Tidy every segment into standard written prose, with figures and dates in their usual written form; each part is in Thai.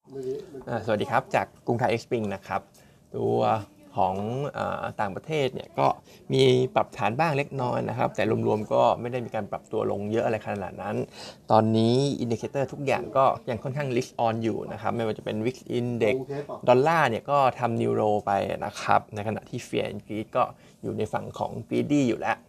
สวัสดีครับจากกรุงไทยเอ็กซ์ปิงนะครับตัวของต่างประเทศเนี่ยก็มีปรับฐานบ้างเล็กน้อยนะครับแต่รวมๆก็ไม่ได้มีการปรับตัวลงเยอะอะไรขนาดนั้นตอนนี้อินดิเคเตอร์ทุกอย่างก็ยังค่อนข้าง risk on อยู่นะครับไม่ว่าจะเป็น VIX Index ดอลลาร์เนี่ยก็ทำนิวโรไปนะครับในขณะที่ Fear and Greed ก็อยู่ในฝั่งของ Greedy อยู่แล้ว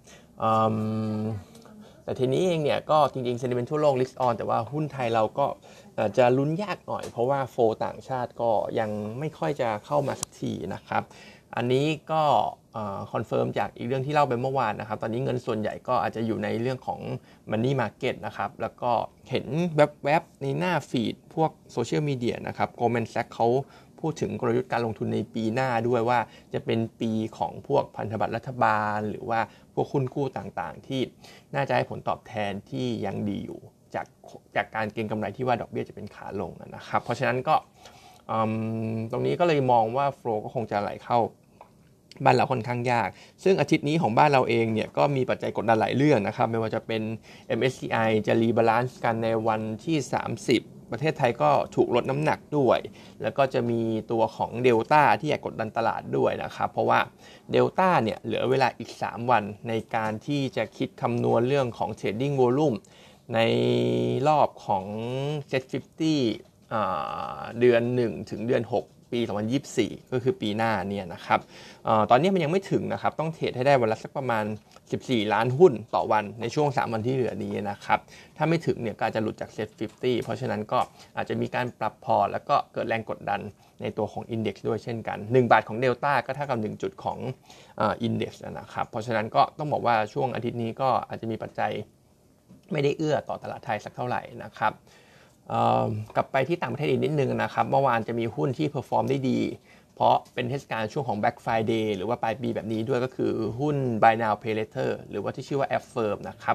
แต่ทีนี้เองเนี่ยก็จริงๆ sentiment ทั่วโลก risk on แต่ว่าหุ้นไทยเราก็จะลุ้นยากหน่อยเพราะว่าโฟต่างชาติก็ยังไม่ค่อยจะเข้ามาสักทีนะครับอันนี้ก็คอนเฟิร์มจากอีกเรื่องที่เล่าไปเมื่อวานนะครับตอนนี้เงินส่วนใหญ่ก็อาจจะอยู่ในเรื่องของ Money Market นะครับแล้วก็เห็นแวบๆในหน้าฟีดพวกโซเชียลมีเดียนะครับ Goldman Sachs เขาพูดถึงกลยุทธ์การลงทุนในปีหน้าด้วยว่าจะเป็นปีของพวกพันธบัตรรัฐบาลหรือว่าพวกหุ้นกู้ต่างๆที่น่าจะให้ผลตอบแทนที่ยังดีอยู่จากการเก็งกำไรที่ว่าดอกเบี้ยจะเป็นขาลงนะครับเพราะฉะนั้นก็ตรงนี้ก็เลยมองว่าโฟลว์ก็คงจะไหลเข้าบ้านเราค่อนข้างยากซึ่งอาทิตย์นี้ของบ้านเราเองเนี่ยก็มีปัจจัยกดดันหลายเรื่องนะครับไม่ว่าจะเป็น MSCI จะรีบาลานซ์กันในวันที่30ประเทศไทยก็ถูกลดน้ำหนักด้วยแล้วก็จะมีตัวของเดลต้าที่อยากกดดันตลาดด้วยนะครับเพราะว่าเดลต้าเนี่ยเหลือเวลาอีก3วันในการที่จะคิดคำนวณเรื่องของ Trading Volume ในรอบของ Set50 เดือน1ถึงเดือน6ปี2024ก็คือปีหน้าเนี่ยนะครับตอนนี้มันยังไม่ถึงนะครับต้องเทรดให้ได้วันละสักประมาณ14ล้านหุ้นต่อวันในช่วง3วันที่เหลือนี้นะครับถ้าไม่ถึงเนี่ยก็อาจจะหลุดจาก Set50 เพราะฉะนั้นก็อาจจะมีการปรับพอร์ตแล้วก็เกิดแรงกดดันในตัวของ Index ด้วยเช่นกัน1บาทของ Delta ก็เท่ากับ1จุดของIndex นะครับเพราะฉะนั้นก็ต้องบอกว่าช่วงอาทิตย์นี้ก็อาจจะมีปัจจัยไม่ได้เอื้อต่อตลาดไทยสักเท่าไหร่นะครับกลับไปที่ต่างประเทศอีกนิดนึงนะครับเมื่อวานจะมีหุ้นที่เพอร์ฟอร์มได้ดีเพราะเป็นเทศกาลช่วงของ Black Friday หรือว่าปลายปีแบบนี้ด้วยก็คือหุ้น Buy Now Pay Later หรือว่าที่ชื่อว่า Affirm นะครับ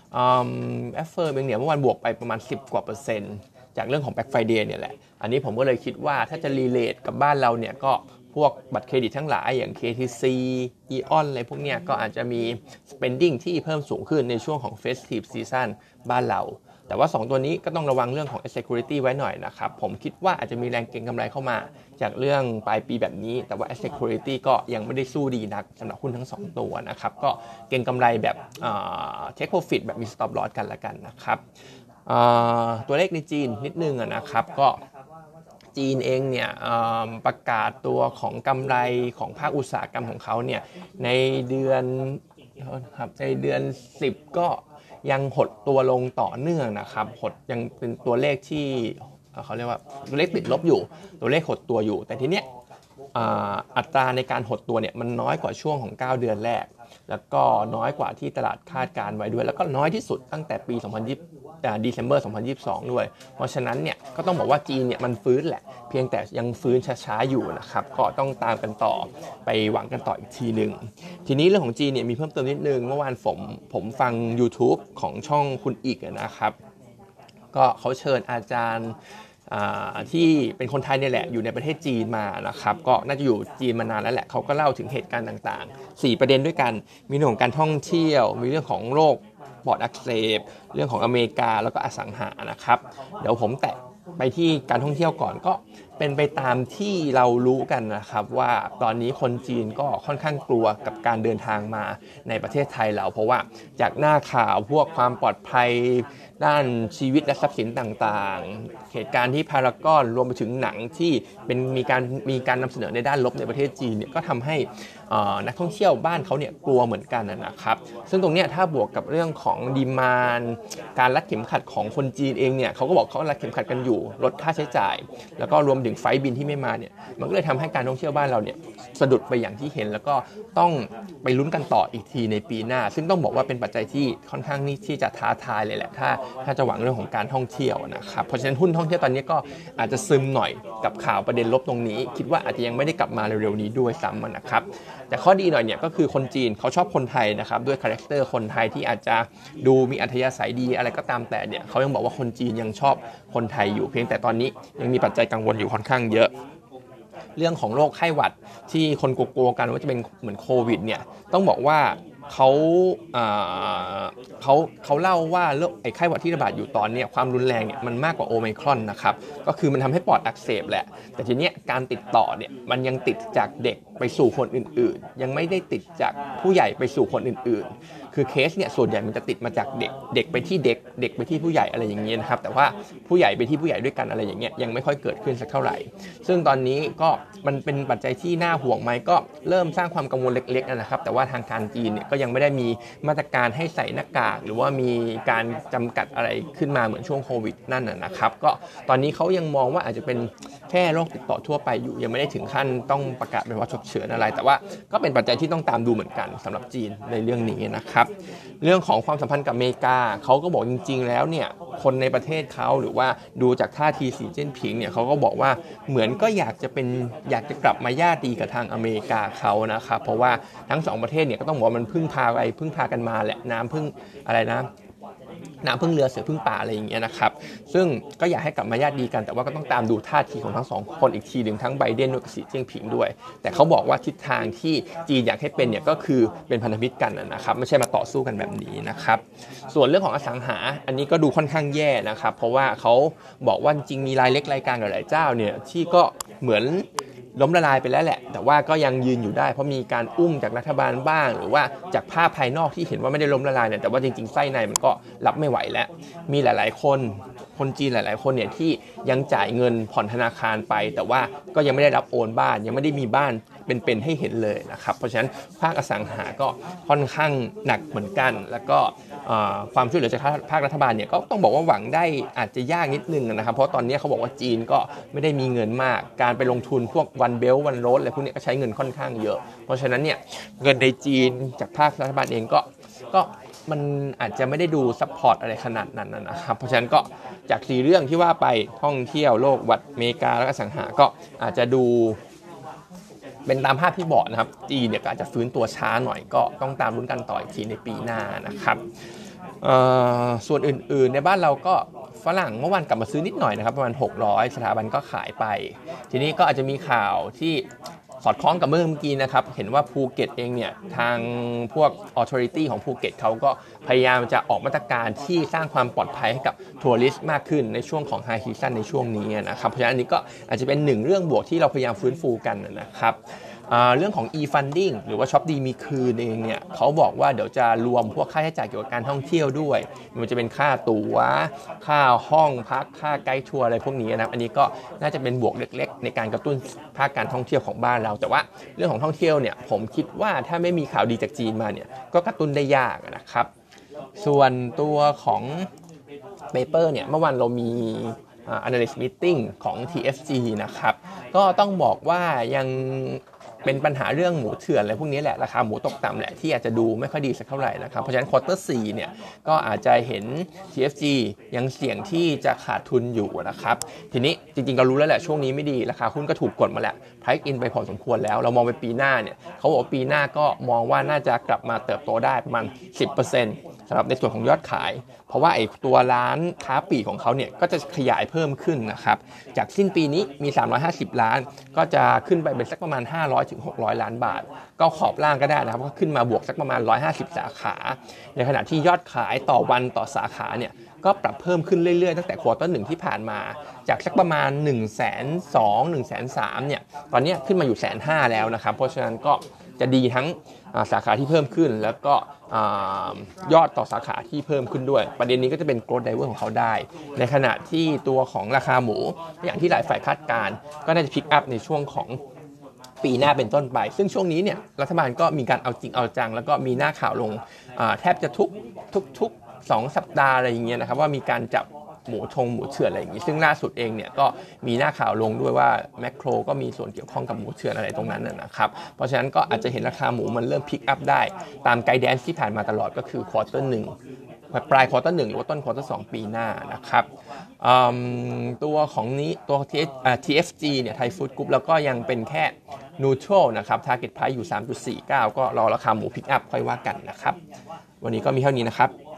Affirm เองเนี่ยเมื่อวานบวกไปประมาณ10กว่า%จากเรื่องของ Black Friday เนี่ยแหละอันนี้ผมก็เลยคิดว่าถ้าจะรีเลทกับบ้านเราเนี่ยก็พวกบัตรเครดิตทั้งหลายอย่าง KTC Eon อะไรพวกเนี้ยก็อาจจะมี spending ที่เพิ่มสูงขึ้นในช่วงของ Festive Season บ้านเราแต่ว่า2ตัวนี้ก็ต้องระวังเรื่องของ security ไว้หน่อยนะครับผมคิดว่าอาจจะมีแรงเก็งกำไรเข้ามาจากเรื่องปลายปีแบบนี้แต่ว่า security ก็ยังไม่ได้สู้ดีนักสำหรับหุ้นทั้ง2ตัวนะครับก็เก็งกำไรแบบtake profit แบบมี stop loss กันละกันนะครับตัวเลขในจีนนิดนึงนะครับก็จีนเองเนี่ยประกาศตัวของกำไรของภาคอุตสาหกรรมของเขาเนี่ยในเดือน10ก็ยังหดตัวลงต่อเนื่องนะครับหดยังเป็นตัวเลขที่เขาเรียกว่าตัวเลขติดลบอยู่ตัวเลขหดตัวอยู่แต่ทีเนี้ยอัตราในการหดตัวเนี่ยมันน้อยกว่าช่วงของ9เดือนแรกแล้วก็น้อยกว่าที่ตลาดคาดการไว้ด้วยแล้วก็น้อยที่สุดตั้งแต่ปีDecember 2022ด้วยเพราะฉะนั้นเนี่ยก็ต้องบอกว่าจีนเนี่ยมันฟื้นแหละเพียงแต่ยังฟื้นช้าๆอยู่นะครับก็ต้องตามกันต่อไปหวังกันต่ออีกทีนึงทีนี้เรื่องของจีนเนี่ยมีเพิ่มเติมนิดนึงเมื่อวานผมฟัง YouTube ของช่องคุณอีกนะครับก็เขาเชิญอาจารย์ที่เป็นคนไทยเนี่ยแหละอยู่ในประเทศจีนมานะครับก็น่าจะอยู่จีนมานานแล้วแหละเขาก็เล่าถึงเหตุการณ์ต่างๆ4ประเด็นด้วยกันมีเรื่องของการท่องเที่ยวมีเรื่องของโรคปอดอักเสบเรื่องของอเมริกาแล้วก็อสังหานะครับเดี๋ยวผมแตะไปที่การท่องเที่ยวก่อนก็เป็นไปตามที่เรารู้กันนะครับว่าตอนนี้คนจีนก็ค่อนข้างกลัวกับการเดินทางมาในประเทศไทยเราเพราะว่าจากหน้าข่าวพวกความปลอดภัยด้านชีวิตและทรัพย์สินต่างๆเหตุการณ์ที่พารากอนรวมไปถึงหนังที่เป็นมีการนำเสนอในด้านลบในประเทศจีนเนี่ยก็ทำให้นักท่องเที่ยวบ้านเขาเนี่ยกลัวเหมือนกันนะครับซึ่งตรงนี้ถ้าบวกกับเรื่องของดีมานด์การรัดเข็มขัดของคนจีนเองเนี่ยเขาก็บอกเขารัดเข็มขัดกันอยู่ลดค่าใช้จ่ายแล้วก็รวมถึงไฟล์บินที่ไม่มาเนี่ยมันก็เลยทำให้การท่องเที่ยวบ้านเราเนี่ยสะดุดไปอย่างที่เห็นแล้วก็ต้องไปลุ้นกันต่ออีกทีในปีหน้าซึ่งต้องบอกว่าเป็นปัจจัยที่ค่อนข้างที่จะท้าทายเลยแหละถ้าจะหวังเรื่องของการท่องเที่ยวนะครับเพราะฉะนั้นหุ้นท่องเที่ยวตอนนี้ก็อาจจะซึมหน่อยกับข่าวประเด็นลบตรงนี้คิดว่าอาจจะยังไม่ได้กลับมาเร็วๆนี้ด้วยซ้ำนะครับแต่ข้อดีหน่อยเนี่ยก็คือคนจีนเขาชอบคนไทยนะครับด้วยคาแรคเตอร์คนไทยที่อาจจะดูมีอัธยาศัยดีอะไรก็ตามแต่เนี่ยเขายังบอกว่าคนจีนยังชอบคนไทยอยู่เพียงแต่ตอนนี้ยังมีปัจจัยกังวลอยู่ค่อนข้างเยอะเรื่องของโรคไข้หวัดที่คนกลัวกันว่าจะเป็นเหมือนโควิดเนี่ยต้องบอกว่าเขาเขาเล่าว่าไอ้ไข้หวัดที่ระบาดอยู่ตอนนี้ความรุนแรงเนี่ยมันมากกว่าโอไมครอนนะครับก็คือมันทำให้ปอดอักเสบแหละแต่ทีเนี้ยการติดต่อเนี่ยมันยังติดจากเด็กไปสู่คนอื่นๆยังไม่ได้ติดจากผู้ใหญ่ไปสู่คนอื่นๆคือเคสเนี่ยส่วนใหญ่มันจะติดมาจากเด็กไปที่เด็กไปที่ผู้ใหญ่อะไรอย่างเงี้ยนะครับแต่ว่าผู้ใหญ่ไปที่ผู้ใหญ่ด้วยกันอะไรอย่างเงี้ยยังไม่ค่อยเกิดขึ้นสักเท่าไหร่ซึ่งตอนนี้ก็มันเป็นปัจจัยที่น่าห่วงไหมก็เริ่มสร้างความกังวลเล็กๆนะครับแต่ว่าทางการจีนเนี่ยก็ยังไม่ได้มีมาตรการให้ใส่หน้ากากหรือว่ามีการจำกัดอะไรขึ้นมาเหมือนช่วงโควิดนั่นนะครับก็ตอนนี้เขายังมองว่าอาจจะเป็นแค่โรคติดต่อทั่วไปอยู่ยังไม่ได้ถึงขั้นต้องประกาศเป็นภาวะฉุกเฉินอะไรแต่ว่าก็เป็นปัจจัยที่ต้องตามดูเหมือนกันสำหรับจีนในเรื่องนี้นะครับเรื่องของความสัมพันธ์กับอเมริกาเขาก็บอกจริงๆแล้วเนี่ยคนในประเทศเขาหรือว่าดูจากท่าทีสีจิ้นผิงเนี่ยเขาก็บอกว่าเหมือนก็อยากจะกลับมาญาติดีกับทางอเมริกาเขานะครับเพราะว่าทั้งสองประเทศเนี่ยก็ต้องบอกว่ามันพึ่งพากันมาแหละน้ำพึ่งเรือเสือพึ่งป่าอะไรอย่างเงี้ยนะครับซึ่งก็อยากให้กลับมาญาติดีกันแต่ว่าก็ต้องตามดูท่าทีของทั้งสองคนอีกทีหนึ่งทั้งไบเดนด้วยกับสีจิ้นผิงด้วยแต่เขาบอกว่าทิศทางที่จีนอยากให้เป็นเนี่ยก็คือเป็นพันธมิตรกันนะครับไม่ใช่มาต่อสู้กันแบบนี้นะครับส่วนเรื่องของอสังหาอันนี้ก็ดูค่อนข้างแย่นะครับเพราะว่าเขาบอกว่าจริงมีรายเล็กรายกลางหลายเจ้าเนี่ยที่ก็เหมือนล้มละลายไปแล้วแหละแต่ว่าก็ยังยืนอยู่ได้เพราะมีการอุ้มจากรัฐบาลบ้างหรือว่าจากภาพภายนอกที่เห็นว่าไม่ได้ล้มละลายเนี่ยแต่ว่าจริงๆไส้ในมันก็รับไม่ไหวแล้วมีหลายๆคนจีนหลายๆคนเนี่ยที่ยังจ่ายเงินผ่อนธนาคารไปแต่ว่าก็ยังไม่ได้รับโอนบ้านยังไม่ได้มีบ้านเป็นให้เห็นเลยนะครับเพราะฉะนั้นภาคอสังหาก็ค่อนข้างหนักเหมือนกันแล้วก็ความช่วยเหลือจากภาครัฐบาลเนี่ยก็ต้องบอกว่าหวังได้อาจจะยากนิดนึงนะครับเพราะตอนนี้เขาบอกว่าจีนก็ไม่ได้มีเงินมากการไปลงทุนพวกวันเบลวันโรดอะไรพวกนี้ก็ใช้เงินค่อนข้างเยอะเพราะฉะนั้นเนี่ยเงินในจีนจากภาครัฐบาลเองก็มันอาจจะไม่ได้ดูซัพพอร์ตอะไรขนาดนั้นนะครับเพราะฉะนั้นก็จาก4เรื่องที่ว่าไปท่องเที่ยวโลกวัดอเมริกาแล้วก็อสังหาก็อาจจะดูเป็นตามภาพที่บอกนะครับจีนเนี่ยก็อาจจะฟื้นตัวช้าหน่อยก็ต้องตามลุ้นกันต่ออีกทีในปีหน้านะครับส่วนอื่นๆในบ้านเราก็ฝรั่งเมื่อวานกลับมาซื้อนิดหน่อยนะครับประมาณ600สถาบันก็ขายไปทีนี้ก็อาจจะมีข่าวที่สอดคล้องกับเมื่อกี้นะครับเห็นว่าภูเก็ตเองเนี่ยทางพวก authority ของภูเก็ตเขาก็พยายามจะออกมาตรการที่สร้างความปลอดภัยให้กับทัวริสต์มากขึ้นในช่วงของ high season ในช่วงนี้นะครับเพราะฉะนั้นอันนี้ก็อาจจะเป็นหนึ่งเรื่องบวกที่เราพยายามฟื้นฟูกันนะครับเรื่องของ e-funding หรือว่าช็อปดีมีคืนเองเนี่ยเขาบอกว่าเดี๋ยวจะรวมพวกค่าใช้จ่ายเกี่ยวกับการท่องเที่ยวด้วยมันจะเป็นค่าตั๋วค่าห้องพักค่าไกด์ทัวร์อะไรพวกนี้นะครับอันนี้ก็น่าจะเป็นบวกเล็กๆในการกระตุ้นภาคการท่องเที่ยวของบ้านเราแต่ว่าเรื่องของท่องเที่ยวเนี่ยผมคิดว่าถ้าไม่มีข่าวดีจากจีนมาเนี่ยก็กระตุ้นได้ยากนะครับส่วนตัวของเปเปอร์เนี่ยเมื่อวานเรามีanalyst meeting ของ TFG นะครับก็ต้องบอกว่ายังเป็นปัญหาเรื่องหมูเถื่อนอะไรพวกนี้แหละราคาหมูตกต่ำแหละที่อาจจะดูไม่ค่อยดีสักเท่าไหร่นะครับเพราะฉะนั้นควอเตอร์4เนี่ยก็อาจจะเห็น TFG ยังเสี่ยงที่จะขาดทุนอยู่นะครับทีนี้จริงๆเรารู้แล้วแหละช่วงนี้ไม่ดีราคาหุ้นก็ถูกกดมาแล้ว price in ไปพอสมควรแล้วเรามองไปปีหน้าเนี่ยเขาบอกว่าปีหน้าก็มองว่าน่าจะกลับมาเติบโตได้ประมาณ 10% สำหรับในส่วนของยอดขายเพราะว่าไอ้ตัวร้านค้าปลีกของเขาเนี่ยก็จะขยายเพิ่มขึ้นนะครับจากสิ้นปีนี้มี350ล้านก็จะขึ้นไปเป็นสักประมาณ500ถึง600ล้านบาทก็ขอบล่างก็ได้นะครับก็ขึ้นมาบวกสักประมาณ150สาขาในขณะที่ยอดขายต่อวันต่อสาขาเนี่ยก็ปรับเพิ่มขึ้นเรื่อยๆตั้งแต่ควอเตอร์1ที่ผ่านมาจากสักประมาณ 120,000 130,000 เนี่ยตอนนี้ขึ้นมาอยู่ 150,000 แล้วนะครับเพราะฉะนั้นก็จะดีทั้งสาขาที่เพิ่มขึ้นแล้วก็ยอดต่อสาขาที่เพิ่มขึ้นด้วยประเด็นนี้ก็จะเป็น growth driver ของเขาได้ในขณะที่ตัวของราคาหมูอย่างที่หลายฝ่ายคาดการณ์ก็น่าจะ pick up ในช่วงของปีหน้าเป็นต้นไปซึ่งช่วงนี้เนี่ยรัฐบาลก็มีการเอาจริงเอาจังแล้วก็มีหน้าข่าวลงแทบจะทุก2 สัปดาห์อะไรอย่างเงี้ยนะครับว่ามีการจับหมูเถื่อนอะไรอย่างงี้ซึ่งล่าสุดเองเนี่ยก็มีหน้าข่าวลงด้วยว่าแมคโครก็มีส่วนเกี่ยวข้องกับหมูเถื่อนอะไรตรงนั้นนะครับเพราะฉะนั้นก็อาจจะเห็นราคาหมูมันเริ่มพิกอัพได้ตามไกด์แดนซ์ที่ผ่านมาตลอดก็คือควอเตอร์1ปลายควอเตอร์1หรือว่าต้นควอเตอร์2ปีหน้านะครับตัวของนี้ตัว TFG เนี่ยไทยฟู้ดกรุ๊ปแล้วก็ยังเป็นแค่ neutral นะครับ target price อยู่ 3.49 ก็รอราคาหมูพิกอัพค่อยว่ากันนะครับวันนี้ก็มีเท่านี้นะครับ